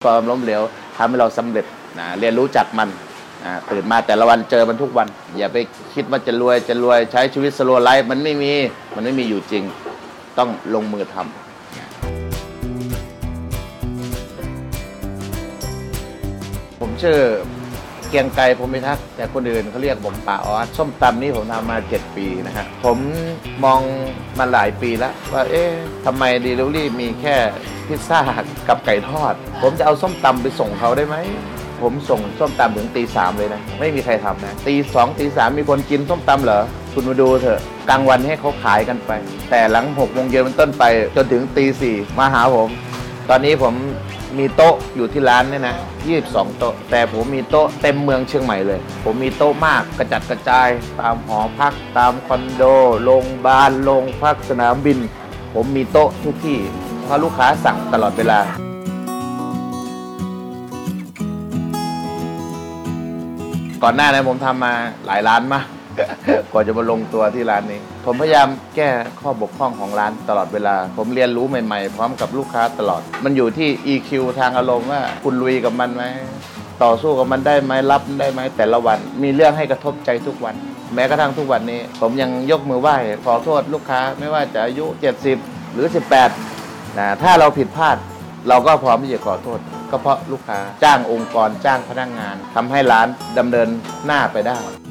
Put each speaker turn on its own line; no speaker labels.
ความล้มเหลวทำให้เราสำเร็จนะเรียนรู้จากมันตื่นมาแต่ละวันเจอมันทุกวันอย่าไปคิดว่าจะรวยใช้ชีวิตสโลว์ไลฟ์มันไม่มีอยู่จริงต้องลงมือทำผมชื่อเกียงไกรพรหมพิทักษ์แต่คนอื่นเขาเรียกผมป่าออสส้มตำนี้ผมทำมา7 ปีนะฮะผมมองมาหลายปีแล้วว่าทำไมดีลิเวอรี่มีแค่พิซซ่ากับไก่ทอดผมจะเอาส้มตำไปส่งเขาได้ไหมผมส่งส้มตำถึงตี 3เลยนะไม่มีใครทำนะตี 2ตี 3มีคนกินส้มตำเหรอคุณมาดูเถอะกลางวันให้เขาขายกันไปแต่หลัง6 โมงเย็นเป็นต้นไปจนถึงตี 4มาหาผมตอนนี้ผมมีโต๊ะอยู่ที่ร้านเนี่ยนะ22 โต๊ะแต่ผมมีโต๊ะเต็มเมืองเชียงใหม่เลยผมมีโต๊ะมากกระจัดกระจายตามหอพักตามคอนโดโรงพยาบาลโรงพักสนามบินผมมีโต๊ะทุกที่เพราะลูกค้าสั่งตลอดเวลาก่อนหน้านั้นผมทำมาหลายร้านมากก่อนจะมาลงตัวที่ร้านนี้ผมพยายามแก้ข้อบกพร่องของร้านตลอดเวลาผมเรียนรู้ใหม่ๆพร้อมกับลูกค้าตลอดมันอยู่ที่ EQ ทางอารมณ์ว่าคุณลุยกับมันไหมต่อสู้กับมันได้ไหมรับได้ไหมแต่ละวันมีเรื่องให้กระทบใจทุกวันแม้กระทั่งทุกวันนี้ผมยังยกมือไหว้ขอโทษลูกค้าไม่ว่าจะอายุ70หรือ18นะถ้าเราผิดพลาดเราก็พร้อมที่จะขอโทษก็เพราะลูกค้าจ้างองค์กรจ้างพนักงานทำให้ร้านดำเนินหน้าไปได้